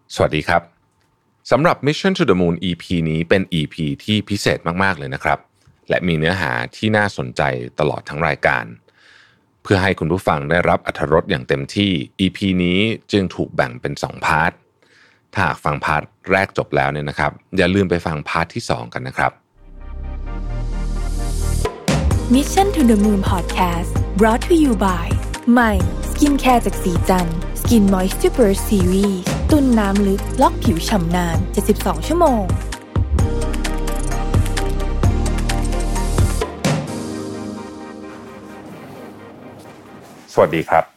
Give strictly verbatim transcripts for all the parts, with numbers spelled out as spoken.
สวัสดีครับสำหรับ Mission to the Moon อี พี นี้เป็น อี พี ที่พิเศษมากๆเลยนะครับและมีเนื้อหาที่น่าสนใจตลอดทั้งรายการเพื่อให้คุณผู้ฟังได้รับอรรถรสอย่างเต็มที่ อี พี นี้จึงถูกแบ่งเป็นสองพาร์ทถ้าหากฟังพาร์ทแรกจบแล้วเนี่ยนะครับอย่าลืมไปฟังพาร์ทที่สองกันนะครับ Mission to the Moon Podcast brought to you by ใหม่สกินแคร์จากสีจันทร์ Skin Moisture Burst Series ตุ้นน้ำลึกล็อกผิวฉ่ำนานเจ็ดสิบสองชั่วโมงสวัสดีครับ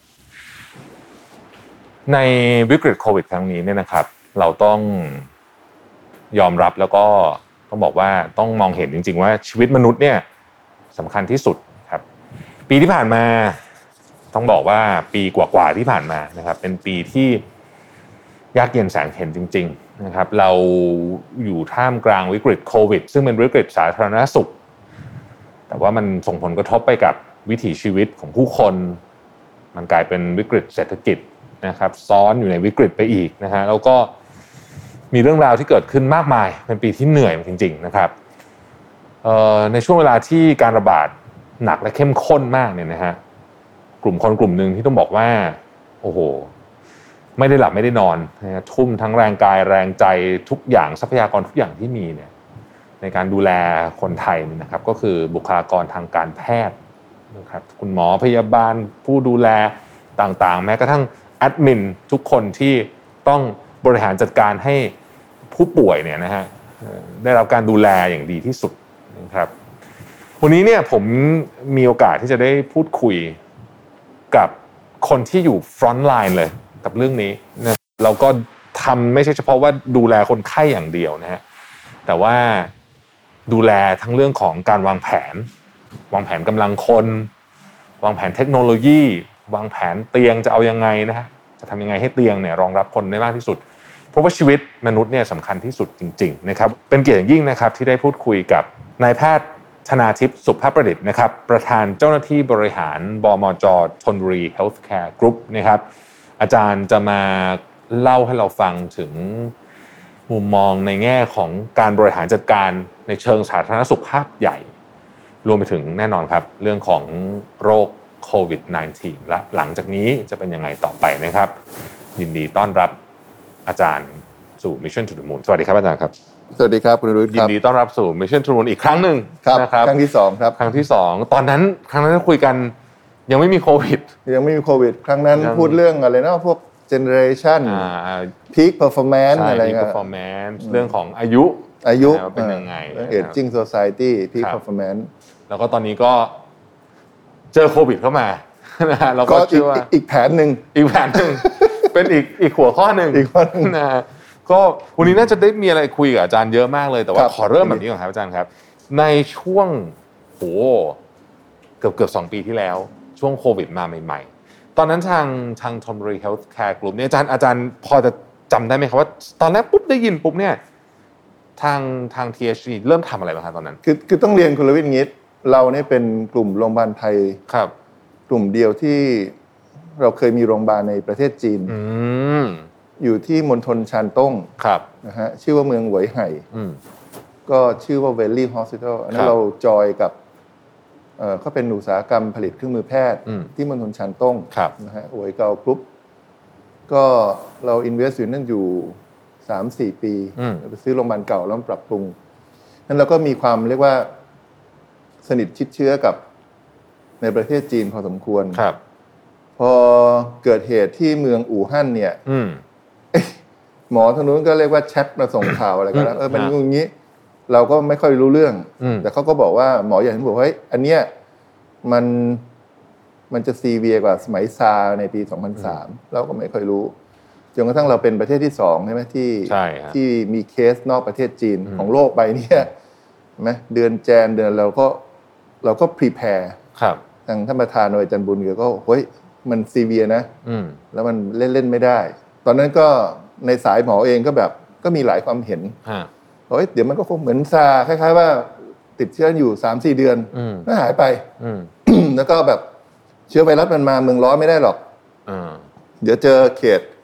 ในวิกฤตโควิดครั้งนี้เนี่ยนะครับเราต้องยอมรับแล้วก็ต้องบอกว่าต้องมองเห็นจริงๆว่าชีวิตมนุษย์เนี่ยสำคัญที่สุดครับปีที่ผ่านมาต้องบอกว่าปีกว่าๆที่ผ่านมานะครับเป็นปีที่ยากเย็นแสนเข็ญจริงๆนะครับเราอยู่ท่ามกลางวิกฤตโควิดซึ่งเป็นวิกฤตสาธารณสุขแต่ว่ามันส่งผลกระทบไปกับวิถีชีวิตของผู้คนมันกลายเป็นวิกฤตเศรษฐกิจนะครับซ้อนอยู่ในวิกฤตไปอีกนะฮะแล้วก็มีเรื่องราวที่เกิดขึ้นมากมายเป็นปีที่เหนื่อยจริงๆนะครับในช่วงเวลาที่การระบาดหนักและเข้มข้นมากเนี่ยนะฮะกลุ่มคนกลุ่มหนึ่งที่ต้องบอกว่าโอ้โหไม่ได้หลับไม่ได้นอนนะทุ่มทั้งแรงกายแรงใจทุกอย่างทรัพยากรทุกอย่างที่มีเนี่ยในการดูแลคนไทยนะครับก็คือบุคลากรทางการแพทย์นะครับคุณหมอพยาบาลผู้ดูแลต่างๆแม้กระทั่งแอดมินทุกคนที่ต้องบริหารจัดการให้ผู้ป่วยเนี่ยนะฮะได้รับการดูแลอย่างดีที่สุดนะครับวันนี้เนี่ยผมมีโอกาสที่จะได้พูดคุยกับคนที่อยู่ฟรอนต์ไลน์เลยกับเรื่องนี้นะเราก็ทำไม่ใช่เฉพาะว่าดูแลคนไข้อย่างเดียวนะฮะแต่ว่าดูแลทั้งเรื่องของการวางแผนวางแผนกำลังคนวางแผนเทคโนโลยีวางแผนเตียงจะเอายังไงนะฮะจะทำยังไงให้เตียงเนี่ยรองรับคนได้มากที่สุดเพราะว่าชีวิตมนุษย์เนี่ยสำคัญที่สุดจริงๆนะครับเป็นเกียรติอย่างยิ่งนะครับที่ได้พูดคุยกับนายแพทย์ธนาทิพย์สุภประดิษฐ์นะครับประธานเจ้าหน้าที่บริหารบมจ.ธนบุรี Healthcare Group นะครับอาจารย์จะมาเล่าให้เราฟังถึงมุมมองในแง่ของการบริหารจัดการในเชิงสาธารณสุขภาพใหญ่รวมไปถึงแน่นอนครับเรื่องของโรคโควิด สิบเก้า และหลังจากนี้จะเป็นยังไงต่อไปนะครับยินดีต้อนรับอาจารย์สู่ Mission to the Moon สวัสดีครับอาจารย์ครับสวัสดีครับคุณรุ่นครับยินดีต้อนรับสู่ Mission to the Moon อีกครั้งหนึ่งนะครับครั้งที่สองครับครั้งที่สองตอนนั้นครั้งนั้นคุยกันยังไม่มีโควิดยังไม่มีโควิดครั้งนั้นพูดเรื่องอะไรนะพวก generation peak performance อะไร peak performance เรื่องของอายุอายุเป็นยังไง aging society peak performance แล้วก็ตอนนี้ก็เจอโควิดเข้ามานะฮะเราก็เชื่อว่าอีกแผนนึงอีกแผนนึงเป็นอีกอีกหัวข้อนึงอีกข้อนึงนะก็วันนี้น่าจะได้มีอะไรคุยกับอาจารย์เยอะมากเลยแต่ว่าขอเริ่มแบบนี้ก่อนครับอาจารย์ครับในช่วงโหเกือบเกือบสองปีที่แล้วช่วงโควิดมาใหม่ๆตอนนั้นทางทาง Thonburi Healthcare Group เนี่ยอาจารย์อาจารย์พอจะจำได้ไหมครับว่าตอนแรกปุ๊บได้ยินปุ๊บเนี่ยทางทาง ที เอช จี เริ่มทำอะไรบ้างครับตอนนั้นคือคือต้องเรียนคุณลวิทย์งี้เราเนี่ยเป็นกลุ่มโรงพยาบาลไทยครับกลุ่มเดียวที่เราเคยมีโรงพยาบาลในประเทศจีนอยู่ที่มณฑลชานต้งนะฮะชื่อว่าเมืองหวยไห่ก็ชื่อว่า Valley Hospital อันนั้นเราจอยกับเอ่อเขาเป็นอุตสาหกรรมผลิตเครื่องมือแพทย์ที่มณฑลชานต้งนะฮะหวยเกากรุ๊ปก็เราอินเวสต์อยู่นั่นอยู่ สามถึงสี่ ปีไปซื้อโรงพยาบาลเก่าแล้วปรับปรุงนั้นเราก็มีความเรียกว่าสนิทชิดเชื้อกับในประเทศจีนพอสมควรครับพอเกิดเหตุที่เมืองอู่ฮั่นเนี่ยหมอทางนู้นก็เรียกว่าแชทมาส่งข่าวอะไรกันแล้วเออมันอย่างนี้เราก็ไม่ค่อยรู้เรื่องแต่เขาก็บอกว่าหมออย่างที่บอกว่าเฮ้ยอันเนี้ยมันมันจะซีเวียกว่าสมัยซาร์ในปีสองพันสามเราก็ไม่ค่อยรู้จนกระทั่งเราเป็นประเทศที่สองใช่ไหมที่ที่มีเคสนอกประเทศจีนของโลกใบนี้ใช่ไหมเดือนแจนเดือนเราก็เราก็พรีแพร์ทางท่านประธานอาจารย์บุญก็เฮ้ยมันซีเวียนะแล้วมันเล่นๆไม่ได้ตอนนั้นก็ในสายหมอเองก็แบบก็มีหลายความเห็นเฮ้ยเดี๋ยวมันก็คงเหมือนซาคล้ายๆว่าติดเชื้ออยู่ สามถึงสี่ เดือนแล้วหายไปแล้วก็แบบเชื้อไวรัสมันมาเมืองร้อนไม่ได้หรอกเดี๋ยวเจอเขต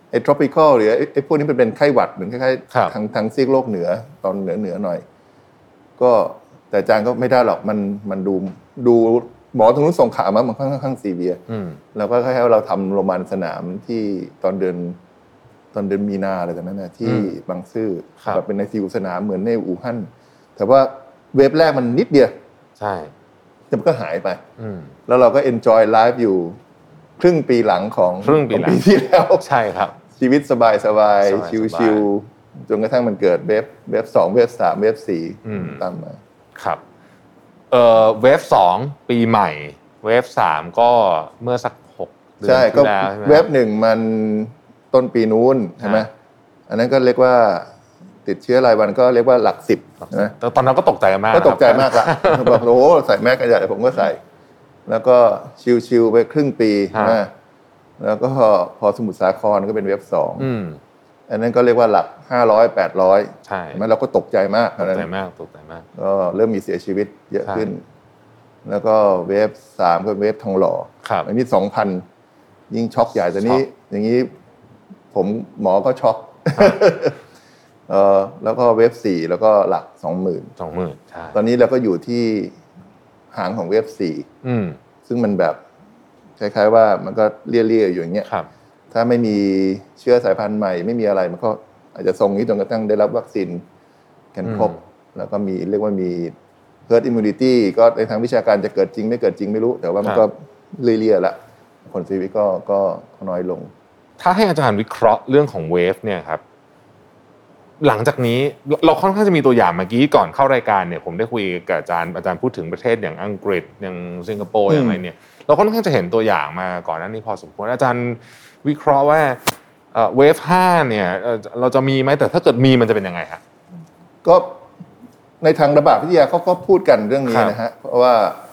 ไอ้ tropical หรือไอ้พวกนี้มันเป็นไข้หวัดเหมือนคล้ายๆทางทางซีกโลกเหนือตอนเหนือเหนือหน่อยก็แต่อาจารย์ก็ไม่ได้หรอกมันมันดูดูหมอตรงนู้นส่งข่าวมามันค่อนข้างซีเวียแล้วก็แค่เราทำโรงพยาบาลสนามที่ตอนเดือนตอนเดือนมีนาอะไรแบบนั้นนะที่บางซื่อแบบเป็นในซีลสนามเหมือนในอู่ฮั่นแต่ว่าเวฟแรกมันนิดเดียวใช่แต่มันก็หายไปแล้วเราก็ enjoy life อยู่ครึ่งปีหลังของครึ่งปีหลังที่แล้วใช่ครับชีวิตสบายสบายชิวๆจนกระทั่งมันเกิดเวฟเวฟสองเวฟสามเวฟสี่ตามมาครับเอ่อเวฟสองปีใหม่เวฟสามก็เมื่อสักหกเดือนที่แล้วใช่ไหมเวฟหนึ่งมันต้นปีนู้นใช่ไหมอันนั้นก็เรียกว่าติดเชื้อรายวันก็เรียกว่าหลักสิบนะตอนนั้นก็ตกใจมากก็ตกใจมากละบอกโอ้ใส่แมสกันใหญ่ผมก็ใส่แล้วก็ชิวๆไปครึ่งปีนะแล้วก็พอสมุทรสาครก็เป็นเวฟสองอันนั้นก็เรียกว่าหลักห้าร้อย แปดร้อยใช่มั้ยเราก็ตกใจมากตกใจมากตกใจมากก็เริ่มมีเสียชีวิตเยอะขึ้นแล้วก็เวฟสามก็เวฟทองหล่ออันนี้ สองพัน ยิ่งช็อกใหญ่แต่นี้อย่างนี้ผมหมอก็ช็อกเอ่อแล้วก็เวฟสี่แล้วก็หลัก สองหมื่นสองหมื่นใช่ตอนนี้เราก็อยู่ที่หางของเวฟสี่อืมซึ่งมันแบบคล้ายๆว่ามันก็เลี่ยๆอยู่อย่างเงี้ยถ้าไม่มีเชื้อสายพันธุ์ใหม่ไม่มีอะไรมันก็อาจจะทรงนี้จนกระทั่งได้รับวัคซีนกันครบแล้วก็มีเรียกว่ามี herd immunity ก็ในทางวิชาการจะเกิดจริงไม่เกิดจริงไม่รู้แต่ว่ามันก็เลี่ยๆละผลเสียชีวิตก็ก็น้อยลงถ้าให้อาจารย์วิเคราะห์เรื่องของเวฟเนี่ยครับหลังจากนี้เราค่อนข้างจะมีตัวอย่างเมื่อกี้ก่อนเข้ารายการเนี่ยผมได้คุยกับอาจารย์อาจารย์พูดถึงประเทศอย่างอังกฤษอย่างสิงคโปร์อย่างไรเนี่ยเราค่อนข้างจะเห็นตัวอย่างมาก่อนหน้านี้พอสมควรอาจารย์วิเคราะห์ว่าเวฟห้าเนี่ยเราจะมีไหมแต่ถ้าเกิดมีมันจะเป็นยังไงครับก็ในทางระบาดวิทยาเขาก็พูดกันเรื่องนี้นะฮะเพราะว่า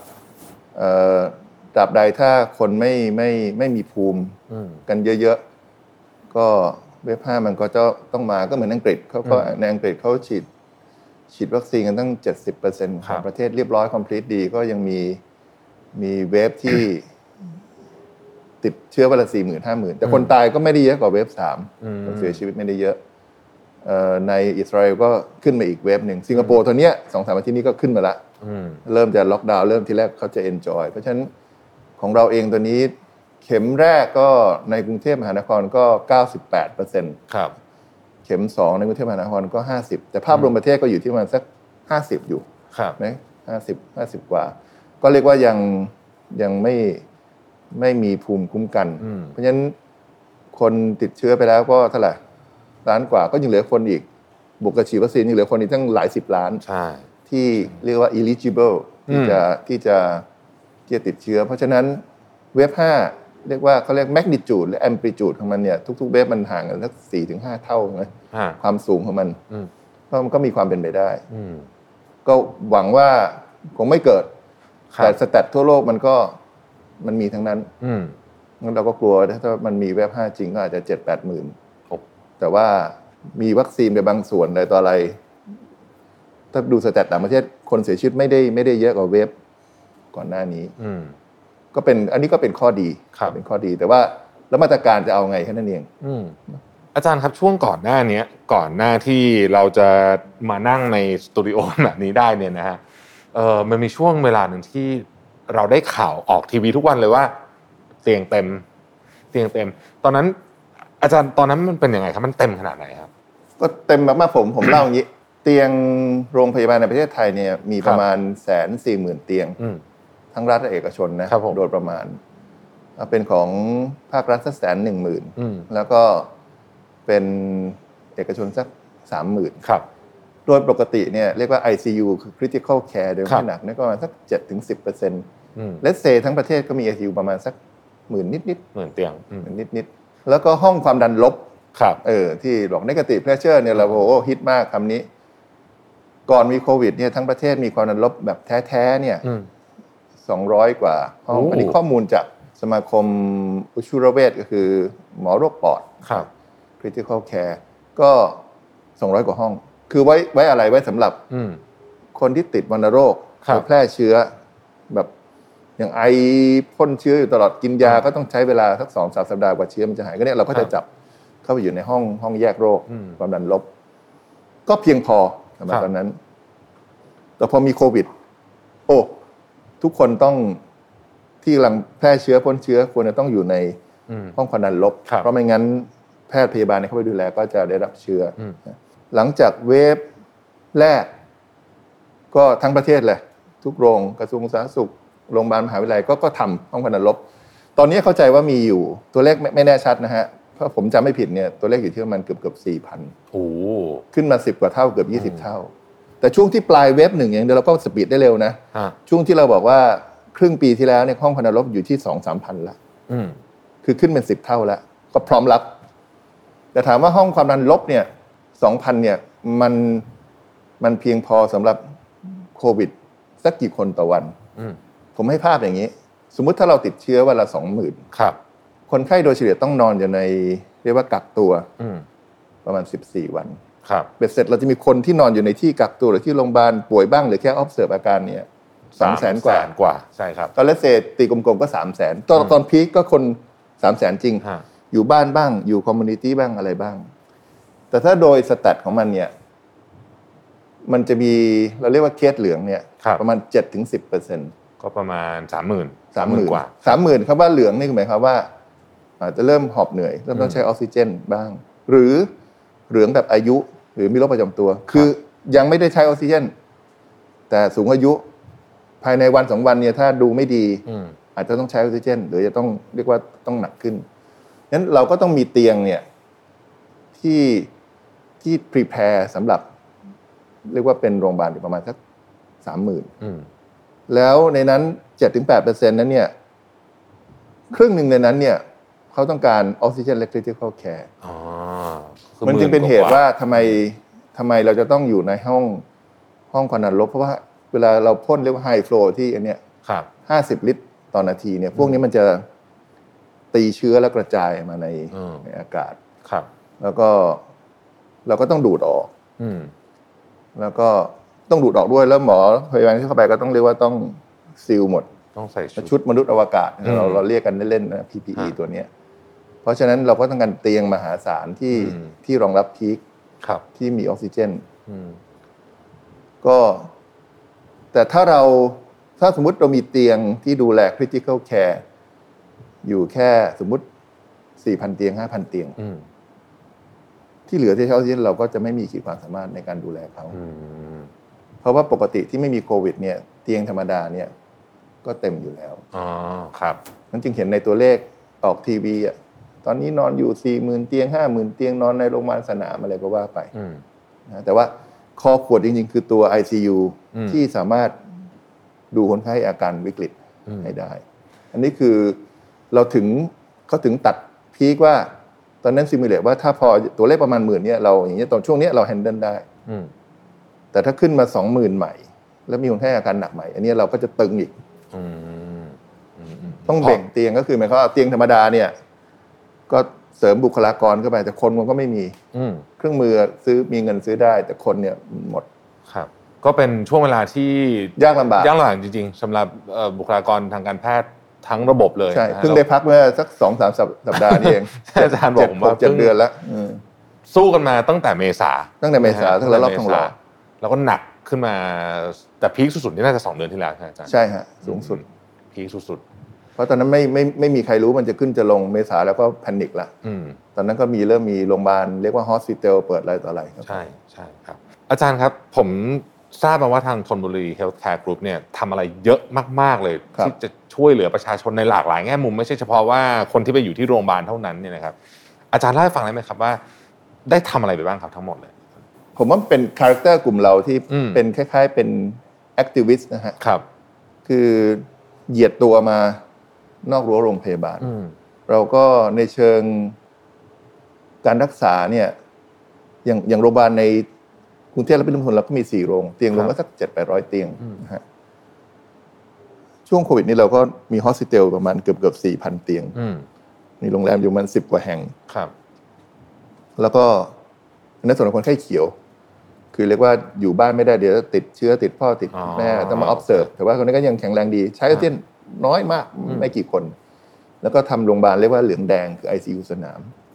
ตราบใดถ้าคนไม่ไม่ไม่มีภูมิกันเยอะๆก็เวฟห้ามันก็จะต้องมาก็เหมือนอังกฤษเขาก็ในอังกฤษเขาฉีดฉีดวัคซีนกันตั้ง เจ็ดสิบเปอร์เซ็นต์ ของประเทศเรียบร้อย complete ดีก็ยังมีมีเวฟที่ติดเชื้อวันละ สี่หมื่น ห้าหมื่น แต่คนตายก็ไม่ได้เยอะกว่าเวฟสามคนเสียชีวิตไม่ได้เยอะเอ่อในอิสราเอลก็ขึ้นมาอีกเวฟนึงสิงคโปร์ตัวเนี้ย สองสาม อาทิตย์นี้ก็ขึ้นมาละเริ่มจะล็อกดาวน์เริ่มทีแรกเขาจะ enjoy เพราะฉะนั้นของเราเองตัวนี้เข็มแรกก็ในกรุงเทพมหานครก็ เก้าสิบแปดเปอร์เซ็นต์ครับเข็มสองในกรุงเทพมหานครก็ห้าสิบแต่ภาพรวมประเทศก็อยู่ที่ประมาณสักห้าสิบอยู่ครับมั้ยห้าสิบ ห้าสิบกว่าก็เรียกว่ายังยังไม่ไม่มีภูมิคุ้มกันเพราะฉะนั้นคนติดเชื้อไปแล้วก็เท่าไหร่ล้านกว่าก็ยังเหลือคนอีกบวกกับฉีดวัคซีนยังเหลือคนอีกตั้งหลายสิบล้านใช่ที่เรียกว่า eligible ที่จะที่จะที่จะติดเชื้อเพราะฉะนั้นเวฟห้าเรียกว่าเขาเรียก magnitude หรือ amplitude ของมันเนี่ยทุกๆเวฟมันห่างกันสัก สี่ถึงห้า เท่านะความสูงของมันเพราะมันก็มีความเป็นไปได้ก็หวังว่าคงไม่เกิดแต่สแตททั่วโลกมันก็มันมีทั้งนั้นงั้นเราก็กลัวถ้ามันมีเวฟห้าจริงก็อาจจะ เจ็ดแปดหมื่น แต่ว่ามีวัคซีนไปบางส่วนอะไรต่ออะไรถ้าดูสแตทต่างประเทศคนเสียชีวิตไม่ได้ไม่ได้เยอะกว่าเวฟก่อนหน้านี้ก็เป็นอันนี้ก็เป็นข้อดีเป็นข้อดีแต่ว่าแล้วมาตรการจะเอาไงแค่นั้นเองอาจารย์ครับช่วงก่อนหน้านี้ก่อนหน้าที่เราจะมานั่งในสตูดิโอแบบนี้ได้เนี่ยนะฮะเออมันมีช่วงเวลาหนึ่งที่เราได้ข่าวออกทีวีทุกวันเลยว่าเตียงเต็มเตียงเต็มตอนนั้นอาจารย์ตอนนั้นมันเป็นยังไงครับมันเต็มขนาดไหนครับก็เต็มมากๆผมผมเล่าอย่างนี้เตียงโรงพยาบาลในประเทศไทยเนี่ยมีประมาณ หนึ่งแสนสี่หมื่น เตียงทั้งรัฐและเอกชนนะโดยประมาณเป็นของภาครัฐสักแสนหนึ่งหมื่นแล้วก็เป็นเอกชนสัก สามหมื่นครับโดยปกติเนี่ยเรียกว่า ไอ ซี ยู คือ critical care โดยไม่หนักเนี่ยก็ประมาณสัก เจ็ดถึงสิบเปอร์เซ็นต์ Let's say ทั้งประเทศก็มี ไอ ซี ยู ประมาณสักหมื่นนิดๆหมื่นเตียงหมื่นนิดๆแล้วก็ห้องความดันลบครับเออที่บอก negative pressure เนี่ยเราโอ้ฮิตมากคำนี้ก่อนมีโควิดเนี่ยทั้งประเทศมีความดันลบแบบแท้ๆเนี่ยสองร้อยกว่าห้องอันนี้ข้อมูลจากสมาคมอุชุรเวชก็คือหมอโรคปอดครับ critical care ก็สองร้อยกว่าห้องคือไว้ไว้อะไรไว้สำหรับคนที่ติดวัณโรคแพร่เชื้อแบบอย่างไอพ่นเชื้ออยู่ตลอดกินยาก็ต้องใช้เวลาสัก สองถึงสาม สัปดาห์กว่าเชื้อมันจะหายก็เนี่ยเราก็จะจับเข้าไปอยู่ในห้องห้องแยกโรคความดันลบก็เพียงพอสำหรับตอนนั้นแต่พอมีโควิดโอ้ทุกคนต้องที่กำลังแพร่เชื้อพ้นเชื้อควรจะต้องอยู่ในห้องความดันลบเพราะไม่งั้นแพทย์พยาบาลเข้าไปดูแลก็จะได้รับเชื้อหลังจากเวฟแรกก็ทั้งประเทศเลยทุกโรงกระทรวงสาธารณสุขโรงพยาบาลมหาวิทยาลัยก็ก็ทำห้องความดันลบตอนนี้เข้าใจว่ามีอยู่ตัวเลขไม่ไม่แน่ชัดนะฮะเพราะผมจำไม่ผิดเนี่ยตัวเลขอยู่ที่ประมาณเกือบเกือบ สี่พัน โอ้ขึ้นมาสิบกว่าเท่าเกือบยี่สิบเท่าแต่ช่วงที่ปลายเวฟหนึ่งอย่างเดียวเราก็สปีดได้เร็วนะช่วงที่เราบอกว่าครึ่งปีที่แล้วเนี่ยห้องความดันลบอยู่ที่ สองถึงสามพัน ละคือขึ้นเป็นสิบเท่าแล้วก็พร้อมรับแต่ถามว่าห้องความดันลบเนี่ย สองพัน เนี่ยมันมันเพียงพอสำหรับโควิดสักกี่คนต่อวันผมให้ภาพอย่างนี้สมมุติถ้าเราติดเชื้อวันละ สองหมื่น ครับคนไข้โดยเฉลี่ยต้องนอนอยู่ในเรียกว่ากักตัวประมาณสิบสี่วันครับเบ็ดเสร็จเราจะมีคนที่นอนอยู่ในที่กักตัวหรือที่โรงพยาบาลป่วยบ้างหรือแค่ observe อาการเนี่ย สองแสน กว่ากว่าใช่ครับตอนเลสเซตีกลมๆก็ สามแสน ตอนตอนพีคก็คน สามแสน จริงอยู่บ้านบ้างอยู่คอมมูนิตี้บ้างอะไรบ้างแต่ถ้าโดยสแตทของมันเนี่ยมันจะมีเราเรียกว่าเคสเหลืองเนี่ยประมาณ เจ็ดถึงสิบเปอร์เซ็นต์ ก็ประมาณ สามหมื่น สามหมื่น กว่า สามหมื่น ครับว่าเหลืองนี่หมายความว่าอาจจะเริ่มหอบเหนื่อยเริ่มต้องใช้ออกซิเจนบ้างหรือเหลืองแบบอายุหรือมีโรคประจำตัวคือยังไม่ได้ใช้ออกซิเจนแต่สูงอายุภายในวันสองวันเนี่ยถ้าดูไม่ดีอาจจะต้องใช้ออกซิเจนหรือจะต้องเรียกว่าต้องหนักขึ้นงั้นเราก็ต้องมีเตียงเนี่ยที่ที่ prepare สำหรับเรียกว่าเป็นโรงพยาบาลประมาณสัก สามหมื่น อืมแล้วในนั้น เจ็ดถึงแปดเปอร์เซ็นต์ นั้นเนี่ยครึ่งนึงในนั้นเนี่ยเขาต้องการออกซิเจนและ critical care อ๋อมันจึงเป็นเหตุว่าทำไมทำไมเราจะต้องอยู่ในห้องห้องความดันลบเพราะว่าเวลาเราพ่นเรียกว่า high flow ที่อันเนี้ยครับห้าสิบลิตรต่อนาทีเนี่ยพวกนี้มันจะตีเชื้อและกระจายมาในในอากาศครับแล้วก็เราก็ต้องดูดออกอืมแล้วก็ต้องดูดออกด้วยแล้วหมอพยาบาลที่เข้าไปก็ต้องเรียกว่าต้องซีลหมดต้องใส่ชุดมนุษย์อวกาศเราเราเรียกกันเล่นๆนะ พี พี อี ตัวเนี้ยเพราะฉะนั้นเราก็ต้องการเตียงมหาศาลที่ที่รองรับพีคที่มีออกซิเจนก็แต่ถ้าเราถ้าสมมุติเรามีเตียงที่ดูแล critical care อยู่แค่สมมุติ สี่พัน เตียง ห้าพัน เตียงที่เหลือที่ใช้ออกซิเจนเราก็จะไม่มีขีดความสามารถในการดูแลเขาเพราะว่าปกติที่ไม่มีโควิดเนี่ยเตียงธรรมดาเนี่ยก็เต็มอยู่แล้วอ๋อครับนั้นจึงเห็นในตัวเลขออกทีวีอ่ะตอนนี้นอนอยู่ สี่หมื่น เตียง ห้าหมื่น เตียงนอนในโรงพยาบาลสนามอะไรก็ว่าไปนะแต่ว่าคอขวดจริงๆคือตัว ไอ ซี ยู ที่สามารถดูคนไข้อาการวิกฤตให้ได้อันนี้คือเราถึงเขาถึงตัดพีคว่าตอนนั้นซิมูเลตว่าถ้าพอตัวเลขประมาณหมื่นเนี่ยเราอย่างเงี้ยตอนช่วงนี้เราแฮนเดิลได้แต่ถ้าขึ้นมา สองหมื่น ใหม่แล้วมีคนไข้อาการหนักใหม่อันนี้เราก็จะตึงอีกต้องแบ่งเตียงก็คือหมายความว่าเตียงธรรมดาเนี่ยก็เสริมบุคลากรเข้าไปแต่คนมันก็ไม่มีเครื่องมือซื้อมีเงินซื้อได้แต่คนเนี่ยหมดครับก็เป็นช่วงเวลาที่ยากลำบากยากลำบากจริงๆสำหรับบุคลากรทางการแพทย์ทั้งระบบเลยใช่เพิ่งได้พักเมื่อสัก สองถึงสาม สัปดาห์นี่เองอาจารย์บอกผมว่าเจ็ดเดือนแล้วสู้กันมาตั้งแต่เมษาตั้งแต่เมษาตั้งแต่รอบทองหล่อแล้วก็หนักขึ้นมาแต่พีคสุดๆนี่น่าจะสองเดือนที่แล้วใช่อาจารย์ใช่ฮะสูงสุดพีคสุดๆเพราะตอนนั้นไม่ไม่ไม่มีใครรู้มันจะขึ้นจะลงเมษาแล้วก็แพนิคละตอนนั้นก็มีเริ่มมีโรงพยาบาลเรียกว่าฮอสพิทอลเปิดอะไรต่ออะไรครับใช่ใช่ครับอาจารย์ครับผมทราบมาว่าทางธนบุรี Healthcare Group เนี่ยทำอะไรเยอะมากๆเลยที่จะช่วยเหลือประชาชนในหลากหลายแง่มุมไม่ใช่เฉพาะว่าคนที่ไปอยู่ที่โรงพยาบาลเท่านั้นเนี่ยนะครับอาจารย์เล่าให้ฟังได้ไหมครับว่าได้ทำอะไรไปบ้างครับทั้งหมดเลยผมว่าเป็นคาแรคเตอร์กลุ่มเราที่เป็นคล้ายๆเป็นแอคทิวิสต์นะฮะครับคือเหยียดตัวมานอกรั้วโรงพยาบาลเราก็ในเชิงการรักษาเนี่ยอย่างอย่างโรงพยาบาลในกรุงเทพและปริมณฑลเราก็มีสี่โรงเตียงรวมก็สัก เจ็ดถึงแปดร้อย เตียงนะฮะช่วงโควิดนี้เราก็มีฮอสพิทอลประมาณเกือบๆ สี่พัน เตียงมีโรงแรมอยู่ประมาณสิบกว่าแห่งครับแล้วก็ในส่วนของคนไข้เขียวคือเรียกว่าอยู่บ้านไม่ได้เดี๋ยวติดเชื้อติดพ่อติดแม่ต้องมา observe แต่ว่าคนนี้ก็ยังแข็งแรงดีใช้ออกซิเจนน้อยมากไม่กี่คนแล้วก็ทำโรงพยาบาลเรียกว่าเหลืองแดงคือ ไอ ซี ยู สนาม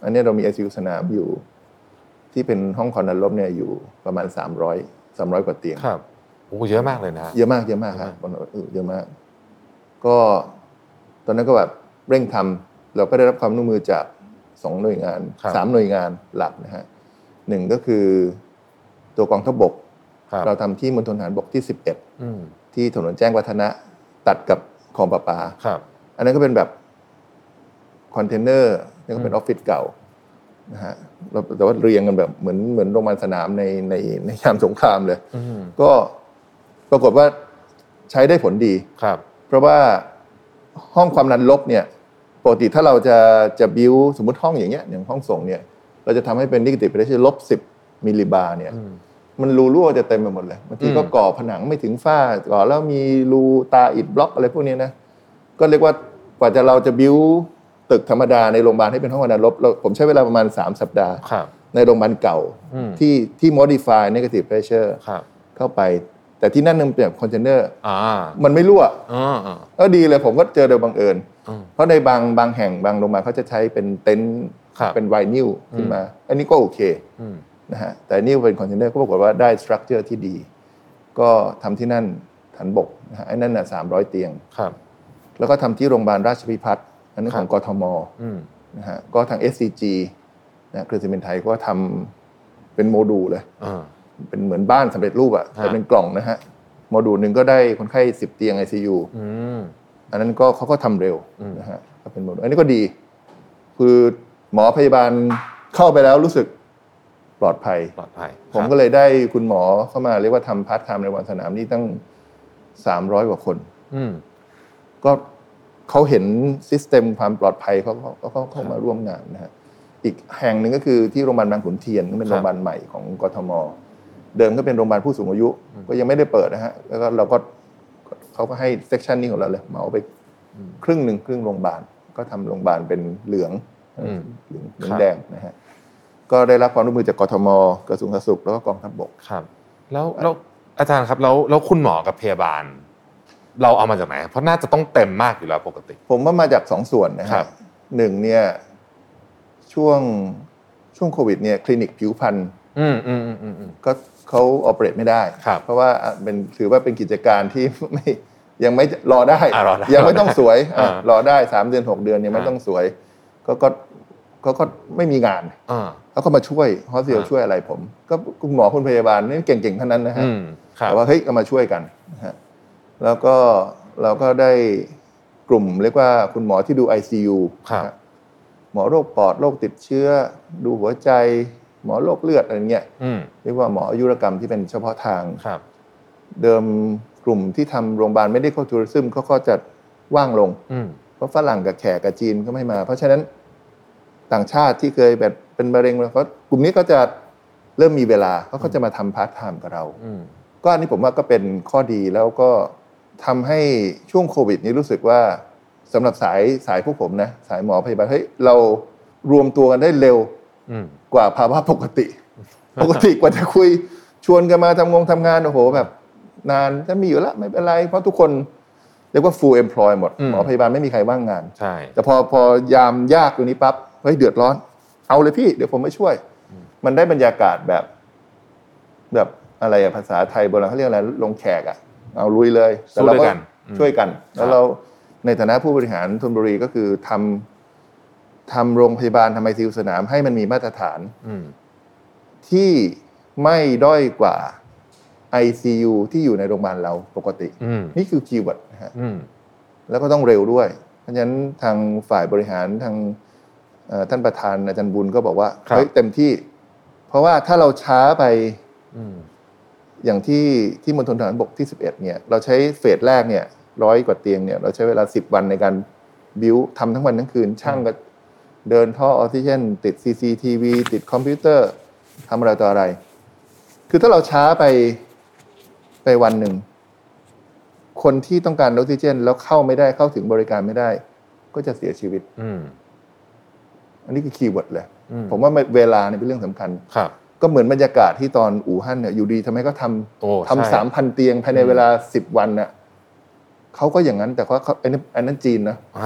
อันนี้เรามี ไอ ซี ยู สนามอยู่ที่เป็นห้องความดันลบเนี่ยอยู่ประมาณสามร้อย สามร้อยกว่าเตียงครับโอ้เยอะมากเลยนะเยอะมากเยอะมากครับเออเยอะมากก็ตอนนั้นก็แบบเร่งทำเราก็ได้รับความร่วมมือจากสองหน่วยงานสามหน่วยงานหลักนะฮะหนึ่งก็คือตัวกองทัพบกเราทำที่มณฑลทหารบกที่สิบเอ็ดที่ถนนแจ้งวัฒนะตัดกับคลองประปาอันนั้นก็เป็นแบบคอนเทนเนอร์นี่ก็เป็นออฟฟิศเก่านะฮะแต่ว่าเรียงกันแบบเหมือนเหมือนโรงพยาบาลสนามในในในยามสงครามเลยก็ปรากฏว่าใช้ได้ผลดีครับเพราะว่าห้องความดันลบเนี่ยปกติถ้าเราจะจะบิวสมมติห้องอย่างเงี้ยอย่างห้องส่งเนี่ยเราจะทำให้เป็น negative pressure ลบสิบมิลลิบาร์เนี่ยมันรูรั่วจะเต็มไปหมดเลยบางทีก็ก่อผนังไม่ถึงฝ้าก่อแล้วมีรูตาอิฐบล็อกอะไรพวกนี้นะก็เรียกว่ากว่าจะเราจะบิวตึกธรรมดาในโรงพยาบาลให้เป็นห้องความดันลบผมใช้เวลาประมาณสามสัปดาห์ในโรงพยาบาลเก่าที่ที่ modify negative pressure เข้าไปแต่ที่นั่นมันเป็นคอนเทนเนอร์มันไม่รั่วก็ดีเลยผมก็เจอโดยบังเอิญเพราะในบางบางแห่งบางโรงพยาบาลเขาจะใช้เป็นเต็นท์เป็นไวนิลขึ้นมาอันนี้ก็โอเคนะฮะแต่นี่เป็นคอนเทนเนอร์ก็ปรากฏว่าได้สตรัคเจอร์ที่ดีก็ทำที่นั่นฐานบกนะฮะไอ้นั่นน่ะสามร้อยเตียงแล้วก็ทำที่โรงพยาบาลราชพิพัฒน์อันนั้นของกทมนะฮะก็ทาง เอส ซี จี นะเครือซีเมนต์ไทยก็ทำเป็นโมดูลเลยเป็นเหมือนบ้านสำเร็จรูปอ่ะแต่เป็นกล่องนะฮะโมดูลนึงก็ได้คนไข้สิบเตียง ไอ ซี ยู อืมอันนั้นก็เขาก็ทำเร็วนะฮะก็เป็นโมดูลอันนี้ก็ดีคือหมอพยาบาลเข้าไปแล้วรู้สึกปลอดภัยปลอดภัยผมก็เลยได้คุณหมอเข้ามาเรียกว่าทำพาร์ทไทม์ในวันสนามนี่ตั้งสามร้อยกว่าคนอืมก็เขาเห็นซิสเต็มความปลอดภัยเขาก็เขาเข้ามาร่วมงานนะฮะอีกแห่งหนึ่งก็คือที่โรงพยาบาลบางขุนเทียนก็เป็นโรงพยาบาลใหม่ของกทมเดิมก็เป็นโรงพยาบาลผู้สูงอายุก็ยังไม่ได้เปิดนะฮะแล้วก็เราก็เขาก็ให้เซกชันนี้ของเราเลยเหมาไปครึ่งหนึ่งครึ่งโรงพยาบาลก็ทำโรงพยาบาลเป็นเหลืองเหลืองแดงนะฮะก็ได้รับความร่วมมือจากกทมกระทรวงสาธารณสุขแล้วก็กองทัพบกครับแล้วแล้วอาจารย์ครับแล้วแล้วคุณหมอกับพยาบาลเราเอามาจากไหนเพราะน่าจะต้องเต็มมากอยู่แล้วปกติผมว่ามาจากสองส่วนนะครับหนึ่งเนี่ยช่วงช่วงโควิดเนี่ยคลินิกผิวพรรณอืมอืมอืมอืมก็เขาออเปเรตไม่ได้เพราะว่าเป็นถือว่าเป็นกิจการที่ไม่ยังไม่รอได้ยังไม่ต้องสวยรอได้สามเดือนหกเดือนยังไม่ต้องสวยก็ก็ก็ก็ไม่มีงานแล้วก็มาช่วยฮอสพิทอลช่วยอะไรผมก็คุณหมอคุณพยาบาลนี่เก่งๆทั้งนั้นนะฮะแต่ว่าเฮ้ยก็มาช่วยกันนะฮะแล้วก็เราก็ได้กลุ่มเรียกว่าคุณหมอที่ดู ไอ ซี ยู หมอโรคปอดโรคติดเชื้อดูหัวใจหมอโรคเลือดอะไรเงี้ยเรียกว่าหมออายุรกรรมที่เป็นเฉพาะทางเดิมกลุ่มที่ทำโรงพยาบาลไม่ได้เข้าทัวริซึมเขาก็จะว่างลงเพราะฝรั่งกับแขกกับจีนก็ไม่มาเพราะฉะนั้นต่างชาติที่เคยแบบเป็นมะเร็งเขากลุ่มนี้ก็จะเริ่มมีเวลาเขาก็จะมาทำพาร์ทไทม์กับเราก็อันนี้ผมว่าก็เป็นข้อดีแล้วก็ทำให้ช่วงโควิดนี้รู้สึกว่าสำหรับสายสายพวกผมนะสายหมอพยาบาลเฮ้ยเรารวมตัวกันได้เร็วกว่าภาวะปกติปกติกว่าจะคุยชวนกันมาทำงงทำงานโอ้โหแบบนานจะมีอยู่แล้วไม่เป็นไรเพราะทุกคนเรียกว่า full employ หมดหมอพยาบาลไม่มีใครว่างงานใช่แต่พอพอยามยากตรงนี้ปั๊บเฮ้ยเดือดร้อนเอาเลยพี่เดี๋ยวผมไม่ช่วยมันได้บรรยากาศแบบแบบอะไรอะภาษาไทยโบราณเขาเรียกอะไรลงแขกอะเอาลุยเลยแต่เราก็ช่วยกันแล้วเราในฐานะผู้บริหารธนบุรีก็คือทำทำโรงพยาบาลทำไอซียูสนามให้มันมีมาตรฐานที่ไม่ด้อยกว่า ไอ ซี ยู ที่อยู่ในโรงพยาบาลเราปกตินี่คือคีย์เวิร์ดนะฮะแล้วก็ต้องเร็วด้วยเพราะฉะนั้นทางฝ่ายบริหารทางท่านประธานอาจารย์บุญก็บอกว่าเฮ้ยเต็มที่เพราะว่าถ้าเราช้าไปอย่างที่ที่มณฑลทหารบกที่สิบเอ็ดเนี่ยเราใช้เฟสแรกเนี่ยร้อยกว่าเตียงเนี่ยเราใช้เวลาสิบวันในการบิวทำทั้งวันทั้งคืนช่างก็เดินท่อออกซิเจนติด ซี ซี ที วี ติดคอมพิวเตอร์ทำอะไรต่ออะไรคือถ้าเราช้าไปไปวันหนึ่งคนที่ต้องการออกซิเจนแล้วเข้าไม่ได้เข้าถึงบริการไม่ได้ก็จะเสียชีวิตอันนี้คือคีย์เวิร์ดเลยผมว่าเวลาเนี่ยเป็นเรื่องสำคัญก็เหมือนบรรยากาศที่ตอนอู่ฮั่นเนี่ยอยู่ดีทำไมก็ทำทำสามพันเตียงภายในเวลาสิบวันน่ะเขาก็อย่างนั้นแต่ว่าเขาอันนั้นอันนั้นจีนนะ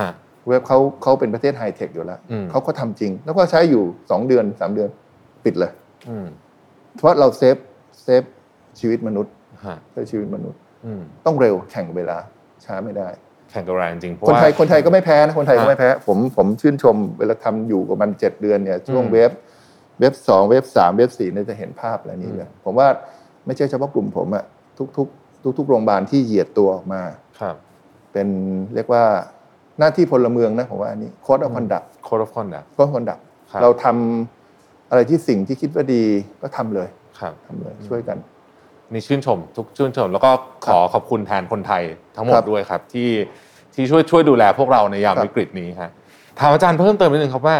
เว็บเขาเขาเป็นประเทศไฮเทคอยู่แล้วเขาก็ทำจริงแล้วก็ใช้อยู่สองเดือนสามเดือนปิดเลยเพราะเราเซฟเซฟชีวิตมนุษย์เซฟชีวิตมนุษย์ต้องเร็วแข่งเวลาช้าไม่ได้แข่งกับแรงจริงเพราะคนไทยคนไทยก็ไม่แพ้นะคนไทยก็ไม่แพ้ผมผมชื่นชมเวลาทำอยู่กับมันเจ็ดเดือนเนี่ยช่วงเว็บเว็บสองเว็บสามเว็บสี่เนี่ยจะเห็นภาพอะไรนี้เลยผมว่าไม่ใช่เฉพาะกลุ่มผมอะทุกๆทุกๆโรงพยาบาลที่เหยียดตัวออกมาเป็นเรียกว่าหน้าที่พลเมืองนะผมว่าอันนี้ Code of Conduct Code of Conduct Code of Conduct เราทำอะไรที่สิ่งที่คิดว่าดีก็ทำเลยทำเลยช่วยกันนี่ชื่นชมทุกชื่นชมแล้วก็ขอขอบคุณแทนคนไทยทั้งหมดด้วยครับที่ที่ช่วยช่วยดูแลพวกเราในยามวิกฤตนี้ครับถามอาจารย์เพิ่มเติมนิดนึงครับว่า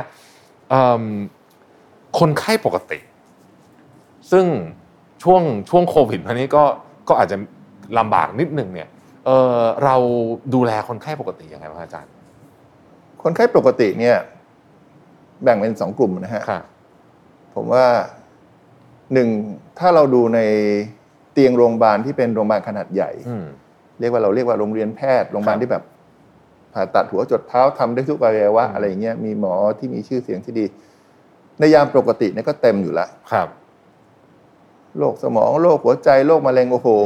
คนไข้ปกติซึ่งช่วงช่วงโควิดอันนี้ก็ก็อาจจะลำบากนิดนึงเนี่ยเออเราดูแลคนไข้ปกติยังไงบ้างอาจารย์คนไข้ปกติเนี่ยแบ่งเป็นสองกลุ่มนะฮะผมว่าหนึ่งถ้าเราดูในเตียงโรงพยาบาลที่เป็นโรงพยาบาลขนาดใหญ่เรียกว่าเราเรียกว่าโรงเรียนแพทย์โรงพยาบาลที่แบบผ่าตัดหัวจดเท้าทำได้ทุกอวัยวะอะไรอย่างเงี้ยมีหมอที่มีชื่อเสียงที่ดีในยามปกติเนี่ยก็เต็มอยู่แล้วครับโรคสมองโรคหัวใจโรคมะเร็งโอ้โห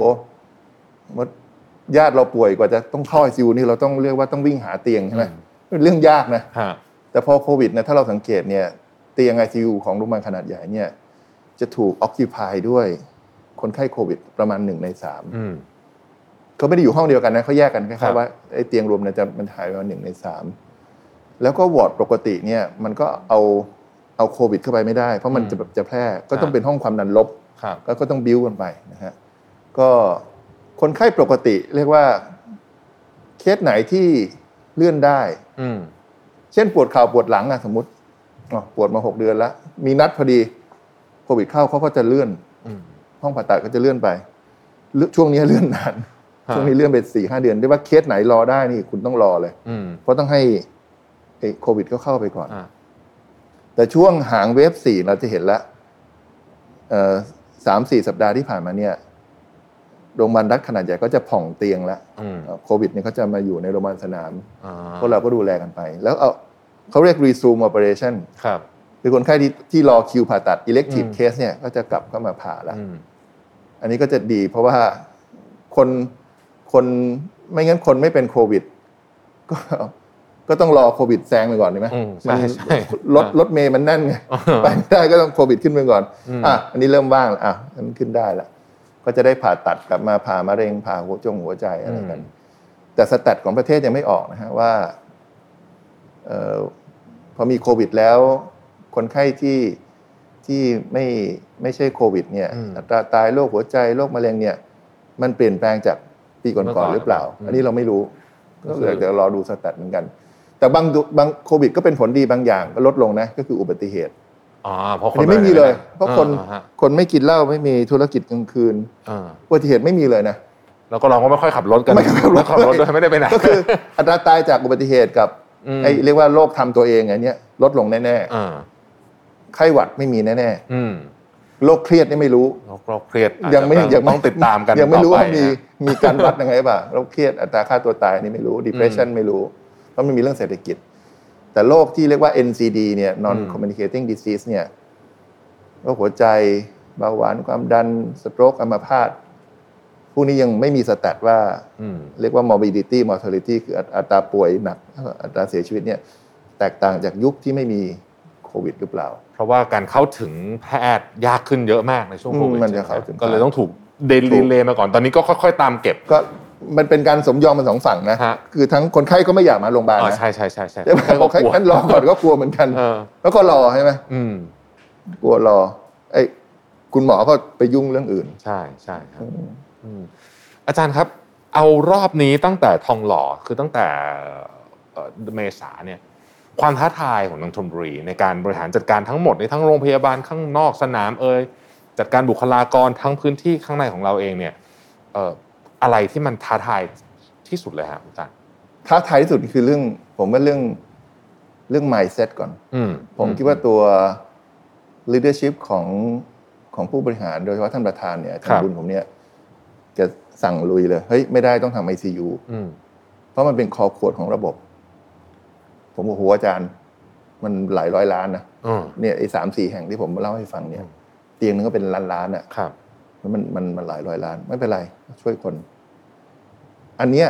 ญาติเราป่วยกว่าจะต้องเข้า ไอ ซี ยู นี่เราต้องเรียกว่าต้องวิ่งหาเตียงใช่ไหมเป็นเรื่องยากนะแต่พอโควิดเนี่ยถ้าเราสังเกตเนี่ยเตียง ไอ ซี ยู ของโรงพยาบาลขนาดใหญ่เนี่ยจะถูก occupy ด้วยคนไข้โควิดประมาณหนึ่งในสามเขาไม่ได้อยู่ห้องเดียวกันนะเขาแยกกันแค่ว่าไอ้เตียงรวมเนี่ยจะมันถ่ายมาหนึ่งในสามแล้วก็วอร์ดปกติเนี่ยมันก็เอาเอาโควิดเข้าไปไม่ได้เพราะมันจะแบบจะแพร่ก็ต้องเป็นห้องความดันลบก็ก็ต้องบิ้วกันไปนะฮะก็คนไข้ปกติเรียกว่าเคสไหนที่เลื่อนได้เช่นปวดเข่าปวดหลังอะสมมติปวดมาหกเดือนแล้วมีนัดพอดีโควิดเข้าเขาก็จะเลื่อนห้องผ่าตัดก็จะเลื่อนไปช่วงนี้เลื่อนนานช่วงนี้เลื่อนไป สี่ห้า เดือนเรียกว่าเคสไหนรอได้นี่คุณต้องรอเลยเพราะต้องให้ไอ้โควิดก็เข้าไปก่อนแต่ช่วงหางเวฟสี่เราจะเห็นแล้วเอ่อ สามสี่ สัปดาห์ที่ผ่านมาเนี่ยโรงพยาบาลรัฐขนาดใหญ่ก็จะผ่องเตียงแล้วโควิดเนี่ยเขาจะมาอยู่ในโรงพยาบาลสนามพวกเราก็ดูแลกันไปแล้วเอาเขาเรียก resume operation ครับคือคนไข้ที่ที่รอคิวผ่าตัด elective case เนี่ยก็จะกลับเข้ามาผ่าแล้วอันนี้ก็จะดีเพราะว่าคนคนไม่งั้นคนไม่เป็นโควิดก็ก็ต้องรอโควิดแซงไปก่อนใช่ไหมรถรถเมย์มันแน่นไงไปไม่ได้ก็ต้องโควิดขึ้นไปก่อนอ่ะอันนี้เริ่มว่างแล้วอ่ะมันขึ้นได้แล้วก็จะได้ผ่าตัดกลับมาผ่ามะเร็งผ่าหัวจงหัวใจอะไรกันแต่สแตทของประเทศยังไม่ออกนะฮะว่าเอ่อพอมีโควิดแล้วคนไข้ที่ที่ไม่ไม่ใช่โควิดเนี่ยอัตราตายโรคหัวใจโรคมะเร็งเนี่ยมันเปลี่ยนแปลงจากปีก่อนๆหรือเปล่าอันนี้เราไม่รู้ก็เลยเดี๋ยวรอดูสแตทเหมือนกันแต่บางบางโควิดก็เป็นผลดีบางอย่างก็ลดลงนะก็คืออุบัติเหตุอ๋อเพราะคนไม่มีเลยเพราะคนคนไม่กินเหล้าไม่มีธุรกิจกลางคืนอุบัติเหตุไม่มีเลยนะแล้วก็เราก็ไม่ค่อยขับรถกันไม่ขับรถด้วยไม่ได้ไปไหนก็คืออัตราตายจากอุบัติเหตุกับไอ้เรียกว่าโรคทำตัวเองไงเนี้ยลดลงแน่ๆไข้หวัดไม่มีแน่ๆโรคเครียดนี่ไม่รู้โรคเครียดยังไม่ยังต้องติดตามกันยังไม่รู้ว่ามีมีการวัดยังไงป่ะโรคเครียดอัตราฆ่าตัวตายนี่ไม่รู้ depression ไม่รู้เพราะมันมีเรื่องเศรษฐกิจแต่โรคที่เรียกว่า เอ็น ซี ดี เนี่ย non communicating disease เนี่ยโรคหัวใจเบาหวานความดันสโตรกอัมพาตพวกนี้ยังไม่มีสแตทว่าเรียกว่า morbidity mortality คืออัตราป่วยหนักอัตราเสียชีวิตเนี่ยแตกต่างจากยุคที่ไม่มีโควิดหรือเปล่าเพราะว่าการเข้าถึงแพทย์ยากขึ้นเยอะมากในช่วงโควิดก็เลยต้องถูกเดเลย์มาก่อนตอนนี้ก็ค่อยๆตามเก็บก็มันเป็นการสมยอมมันสองฝั่งนะคือทั้งคนไข้ก็ไม่อยากมาโรงพยาบาลนะใช่ใช่ใช่ใช่คนไข้ท่านรอก่อนก็กลัวเหมือนกันแล้วก็รอใช่ไหมกลัวรอไอ้คุณหมอก็ไปยุ่งเรื่องอื่นใช่ใช่ครับอาจารย์ครับเอารอบนี้ตั้งแต่ทองหล่อคือตั้งแต่เมษาเนี่ยความท้าทายของทางชลบุรีในการบริหารจัดการทั้งหมดในทั้งโรงพยาบาลข้างนอกสนามเอ่ยจัดการบุคลากรทั้งพื้นที่ข้างในของเราเองเนี่ยอะไรที่มันท้าทายที่สุดเลยครับอาจารย์ท้าทายที่สุดคือเรื่องผมว่าเรื่องเรื่อง mindset ก่อนผมคิดว่าตัว leadership ของของผู้บริหารโดยเฉพาะท่านประธานเนี่ยท่านบุญผมเนี่ยจะสั่งลุยเลยเฮ้ยไม่ได้ต้องทำ ไอ ซี ยู เพราะมันเป็นคอขวดของระบบผมบอกโหอาจารย์มันหลายร้อยล้านนะเนี่ยไอ้สามสี่แห่งที่ผมเล่าให้ฟังเนี่ยเตียงนึงก็เป็นล้านๆอ่ะมันมันมันหลายร้อยล้านไม่เป็นไรช่วยคนอันเนี้ย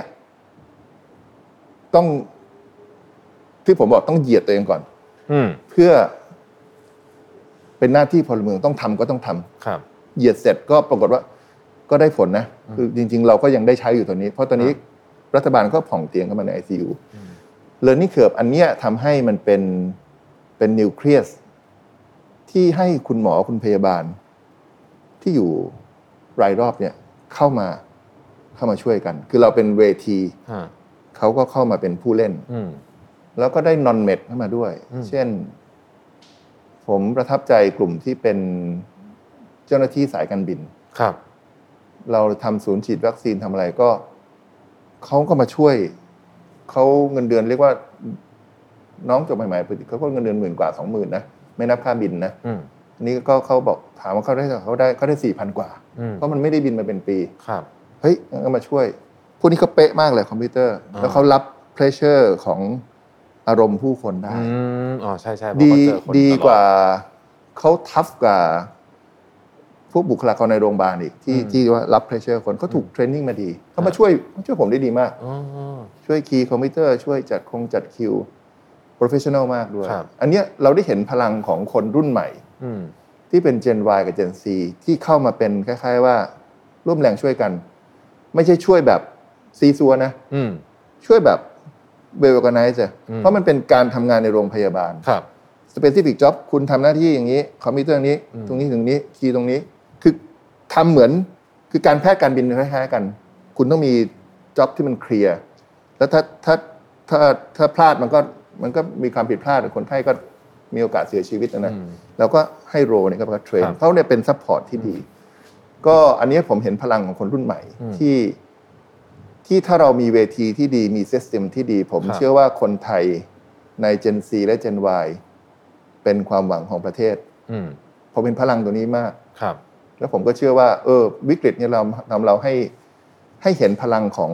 ต้องที่ผมบอกต้องเหยียดตัวเองก่อนเพื่อเป็นหน้าที่พลเมืองต้องทำก็ต้องทำเหยียดเสร็จก็ปรากฏว่าก็ได้ผลนะคือจริงๆเราก็ยังได้ใช้อยู่ตัวนี้เพราะตอนนี้รัฐบาลก็ผ่องเตียงเข้ามาใน ไอ ซี ยู Learning Curve อันเนี้ยทำให้มันเป็นเป็นนิวเคลียสที่ให้คุณหมอคุณพยาบาลที่อยู่รายรอบเนี่ยเข้ามาเข้ามาช่วยกันคือเราเป็นเวทีเขาก็เข้ามาเป็นผู้เล่นแล้วก็ได้นอนเมดเข้ามาด้วยเช่นผมประทับใจกลุ่มที่เป็นเจ้าหน้าที่สายการบินครับเราทำศูนย์ฉีดวัคซีนทำอะไรก็เขาก็มาช่วยเขาเงินเดือนเรียกว่าน้องจบใหม่ๆเขาก็เงินเดือนหมื่นกว่าสองหมื่นนะไม่นับค่าบินนะอันนี้ก็เขาบอกถามว่าเขาได้เขาได้เขาได้สี่พันกว่าเพราะมันไม่ได้บินมาเป็นปีครับเฮ้ยก็มาช่วยพวกนี้เขาเป๊ะมากเลยคอมพิวเตอร์แล้วเขารับเพรสเชอร์ของอารมณ์ผู้คนได้อ๋อใช่ใช่ดีดีกว่าเขาทัฟกว่าพวกบุคลากรในโรงพยาบาลอีกที่ที่ว่ารับเพรสเชอร์คนเขาถูกเทรนนิ่งมาดีเขามาช่วยช่วยผมได้ดีมากช่วยคีย์คอมพิวเตอร์ช่วยจัดคงจัดคิวโปรเฟชชั่นอลมากด้วยอันเนี้ยเราได้เห็นพลังของคนรุ่นใหม่ที่เป็น Gen Y กับ Gen Z ที่เข้ามาเป็นคล้ายๆว่าร่วมแรงช่วยกันไม่ใช่ช่วยแบบซีซัวนะช่วยแบบเวลออร์แกไนซ์เพราะมันเป็นการทำงานในโรงพยาบาลครับ specific job คุณทำหน้าที่อย่างนี้คอมพิวเตอร์นี้ตรงนี้ถึงนี้คีย์ตรงนี้คือทำเหมือนคือการแพทย์การบินคล้ายๆกันคุณต้องมีจ็อบที่มันเคลียร์แล้วถ้าถ้าถ้าถ้าพลาดมันก็มันก็มีความผิดพลาดคนไข้ก็มีโอกาสเสียชีวิตนะเราก็ให้โรเนี่ยก็เทรนเขาเนี่ยเป็นซัพพอร์ตที่ดีก็อันนี้ผมเห็นพลังของคนรุ่นใหม่ที่ที่ถ้าเรามีเวทีที่ดีมีซิสเต็มที่ดีผมเชื่อว่าคนไทยใน Gen Z และ Gen Y เป็นความหวังของประเทศผมเป็นพลังตัวนี้มากครับแล้วผมก็เชื่อว่าเออวิกฤตเนี่ยเราทำเราให้ให้เห็นพลังของ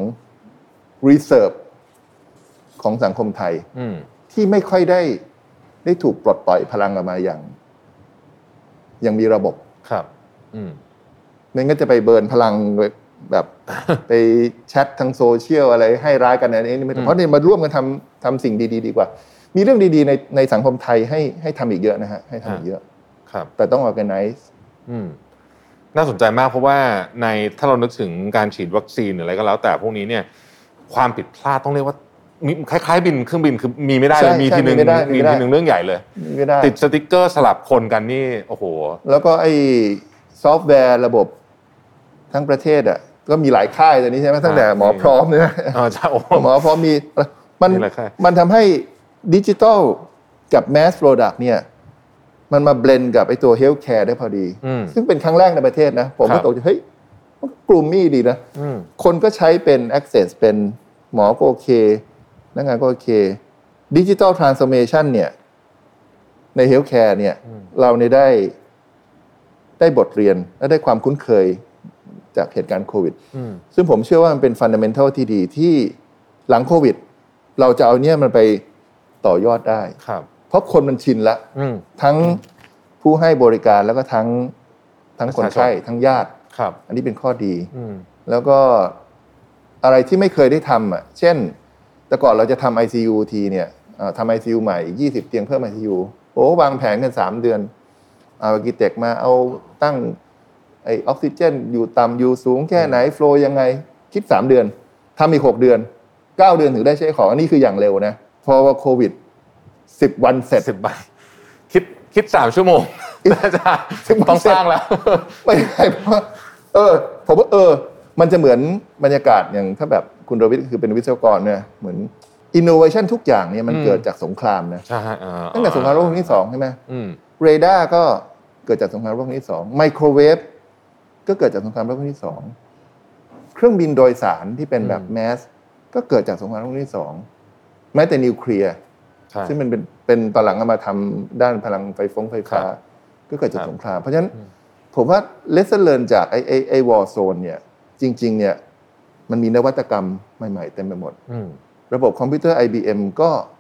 reserve ของสังคมไทยที่ไม่ค่อยได้ได้ถูกปลดปล่อยพลังออกมาอย่างอย่างมีระบบครับไม่งั้นจะไปเบิร์นพลังแบบไปแชททางโซเชียลอะไรให้ร้ายกันอะไรนี่ไม่เพราะเนี่ยมาร่วมกันทำทำสิ่งดีๆดีกว่ามีเรื่องดีๆในในสังคมไทยให้ให้ทำอีกเยอะนะฮะให้ทำอีกเยอะครับแต่ต้อง organize อืมน่าสนใจมากเพราะว่าในถ้าเรานึกถึงการฉีดวัคซีนหรืออะไรก็แล้วแต่พวกนี้เนี่ยความผิดพลาดต้องเรียกว่าคล้ายๆบินเครื่องบินคือมีไม่ได้เลยมีทีนึงมีทีนึงเรื่องใหญ่เลยติดสติ๊กเกอร์สลับคนกันนี่โอ้โหแล้วก็ไอ้ซอฟต์แวร์ระบบทั้งประเทศอ่ะก็มีหลายค่ายตอนนี้ใช่ไหมตั้งแต่หมอพร้อมเนี่ยอ๋อใช่หมอพร้อมมีมันมันทำให้ดิจิทัลกับแมสโปรดักต์เนี่ยมันมาเบลนด์กับไอ้ตัวเฮลท์แคร์ได้พอดีซึ่งเป็นครั้งแรกในประเทศนะผมก็ตกใจเฮ้ยกลุ่มมี่ดีนะคนก็ใช้เป็น access เป็นหมอก็โอเคนักงานก็โอเคดิจิทัลทรานส์ฟอร์เมชันเนี่ยในเฮลท์แคร์เนี่ยเราเนี่ยได้ได้บทเรียนและได้ความคุ้นเคยจากเหตุการณ์โควิดซึ่งผมเชื่อว่ามันเป็นฟันดาเมนทัลที่ดีที่หลังโควิดเราจะเอาเนี่ยมันไปต่อยอดได้เพราะคนมันชินละทั้งผู้ให้บริการแล้วก็ทั้งทั้งคนไข้ทั้งญาติอันนี้เป็นข้อดีแล้วก็อะไรที่ไม่เคยได้ทำอ่ะเช่นแต่ก่อนเราจะทำ ไอ ซี ยู ทีเนี่ยทำ ไอ ซี ยู ใหม่ยี่สิบเตียงเพิ่ม ไอ ซี ยู โอ้วางแผนกันสามเดือนเอาอาร์คิเทคมาเอาตั้งไอออกซิเจนอยู่ต่ำอยู่สูงแค่ไหนโฟลว์ยังไงคิดสามเดือนทำอีกหกเดือนเก้าเดือนถึงได้ใช้ของอันนี้คืออย่างเร็วนะพอว่าโควิดสิบวันเสร็จสิบวันคิดคิดสามชั่วโมงอาจารย์ต้องสร้างแล้วไม่ใช่เพราะเออผมว่าเออมันจะเหมือนบรรยากาศอย่างถ้าแบบคุณรวิทย์คือเป็นวิศวกรเนี่ยเหมือนอินโนเวชันทุกอย่างเนี่ยมันเกิดจากสงครามนะใช่ตั้งแต่สงครามโลกครั้งที่สองใช่ไหมเรดาร์ก็เกิดจากสงครามโลกครั้งที่สองไมโครเวฟก็เกิดจากสงครามโลกครั้งที่สองเครื่องบินโดยสารที่เป็นแบบแมสก็เกิดจากสงครามโลกครั้งที่สองแม้แต่นิวเคลียร์ซึ่งมันเป็นเป็นตอนหลังมาทำด้านพลังไฟฟ้าไฟฟ้าก็เกิดจากสงครามเพราะฉะนั้นผมว่า lesson learn จากไอ้ไอ้ไอ้วอร์โซนเนี่ยจริงๆเนี่ยมันมีนวัตกรรมใหม่ๆเต็มไปหมดระบบคอมพิวเตอร์ ไอ บี เอ็ม ก็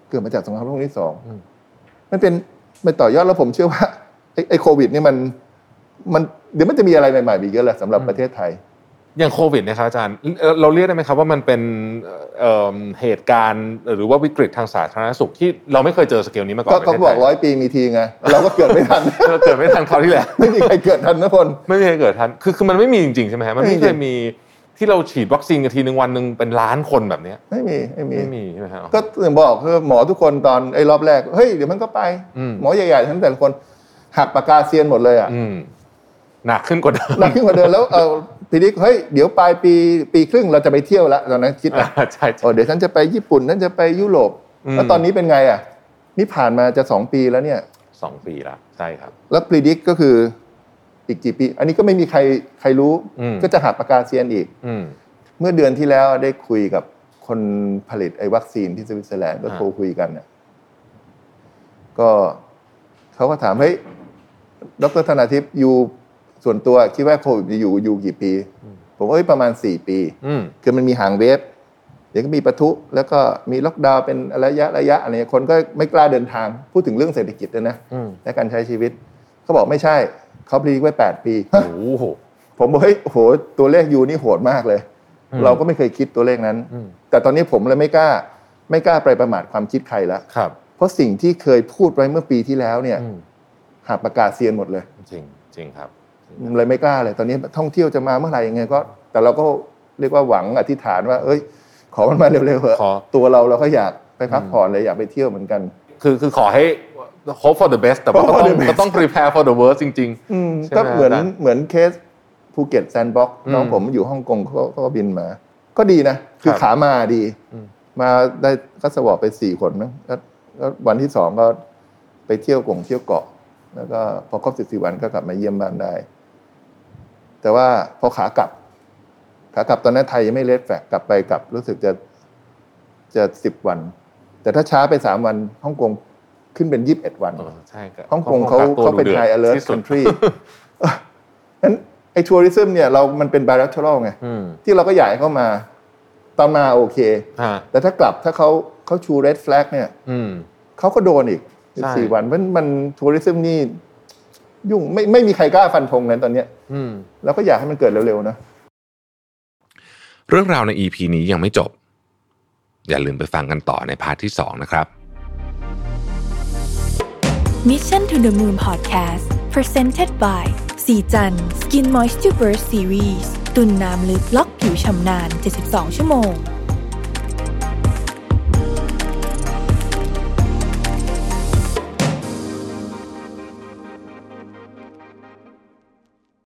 เกิดมาจากสงครามโลกที่สองมันเป็นมันต่อยอดแล้วผมเชื่อว่าไอ้ไอ้โควิดนี่มันมันเดี๋ยวมันจะมีอะไรใหม่ๆอีกเยอะแหละสำหรับประเทศไทยอย่างโควิดนะครับอาจารย์เราเรียกได้ไหมครับว่ามันเป็นเอ่อเหตุการณ์หรือว่าวิกฤตทางสาธารณสุขที่เราไม่เคยเจอสเกลนี้มาก่อนก็บอกร้อยปีมีทีไงเราก็เกิดไม่ทันเราเกิดไม่ทันคราวที่แล้วไม่มีใครเกิดทันนะพลไม่มีใครเกิดทันคือคือมันไม่มีจริงๆใช่ไหมฮะมันไม่เคยมีที่เราฉีดวัคซีนกันทีนึงวันนึงเป็นล้านคนแบบนี้ไม่มีไม่มีไม่มีใช่ไหมครับก็อย่างบอกคือหมอทุกคนตอนไอ้รอบแรกเฮ้ยเดี๋ยวมันก็ไปหมอใหญ่ๆทั้งแต่ละคนหักปากกาเซียนหมดเลยอ่ะหนักขึ้นกว่าเดิมหนักขึ้นกว่าเดิมแล้วเออพีดิกเฮ้ยเดี๋ยวปลายปีปีครึ่งเราจะไปเที่ยวแล้วตอนนั้นคิดอ่ะใช่ๆอ๋อเดี๋ยวฉันจะไปญี่ปุ่นฉันจะไปยุโรปแล้วตอนนี้เป็นไงอ่ะนี่ผ่านมาจะสองปีแล้วเนี่ยสองปีแล้วใช่ครับแล้วพีดิกก็คืออีกกี่ปีอันนี้ก็ไม่มีใครใครรู้ก็จะหักปากกาเซียนอีกเมื่อเดือนที่แล้วได้คุยกับคนผลิตไอ้วัคซีนที่สวิตเซอร์แลนด์ก็โทรคุยกันเนี่ยก็เขาก็ถามเฮ้ยดร.ธนาทิพย์อยู่ส่วนตัวคิดว่าโควิดจะอยู่อยู่กี่ปีผมว่าประมาณสี่ปีคือมันมีห่างเวฟเดี๋ยวก็มีปะทุแล้วก็มีล็อกดาวน์เป็นระยะระยะอะไรคนก็ไม่กล้าเดินทางพูดถึงเรื่องเศรษฐกิจนะและการใช้ชีวิตเขาบอกไม่ใช่เขาพลีกไว้แปดปีโอ้โหผมบอกเฮ้ยโหตัวเลขยูนี่โหดมากเลยเราก็ไม่เคยคิดตัวเลขนั้นแต่ตอนนี้ผมเลยไม่กล้าไม่กล้าไปประมาทความคิดใครแล้วเพราะสิ่งที่เคยพูดไว้เมื่อปีที่แล้วเนี่ยหักปากกาเซียนหมดเลยจริงจริงครับเลยไม่กล้าเลยตอนนี้ท่องเที่ยวจะมาเมื่อไหร่ยังไงก็แต่เราก็เรียกว่าหวังอธิษฐานว่าเอ้ยขอมันมาเร็วๆเถอะตัวเราเราก็อยากไปพักผ่อนเลยอยากไปเที่ยวเหมือนกันคือคือขอให้ hope for the best แต่ว่าก็ต้องก็ต้อง prepare for the worst จริงๆก็เหมือนเหมือนเคสภูเก็ตแซนด์บ็อกซ์น้องผมอยู่ฮ่องกงเขาก็บินมาก็ดีนะคือขามาดีมาได้ก็สวอปไปสี่คนนะแล้ววันที่สองก็ไปเที่ยวกงเที่ยวเกาะแล้วก็พอครบสิบสี่วันก็กลับมาเยี่ยมบ้านได้แต่ว่าพอขากลับขากลับตอนนั้นไทยยังไม่เลทแฟกกลับไปกลับรู้สึกจะจะสิบวันแต่ถ้าช้าไปสามวันฮ่องกงขึ้นเป็นยี่สิบเอ็ดวันใช่ครับฮ่องกงเขาเขาเป็น High Alert Country งั้นไอ้ทัวริซึมเนี่ยเรามันเป็น bilateral ไงที่เราก็อยากให้เข้ามาตอนมาโอเคแต่ถ้ากลับถ้าเขาเขาชู red flag เนี่ยเขาก็โดนอีกสี่วันมันมันทัวริซึมนี่ยุ่งไม่ไม่มีใครกล้าฟันธงนั้นตอนเนี้ยแล้วก็อยากให้มันเกิดเร็วๆนะเรื่องราวใน อี พี นี้ยังไม่จบอย่าลืมไปฟังกันต่อในพาร์ทที่สองนะครับ Mission to the Moon Podcast Presented by สีจัน Skin Moisture Burst Series ตุ่นน้ำลึกล็อกผิวชำนานเจ็ดสิบสองชั่วโมง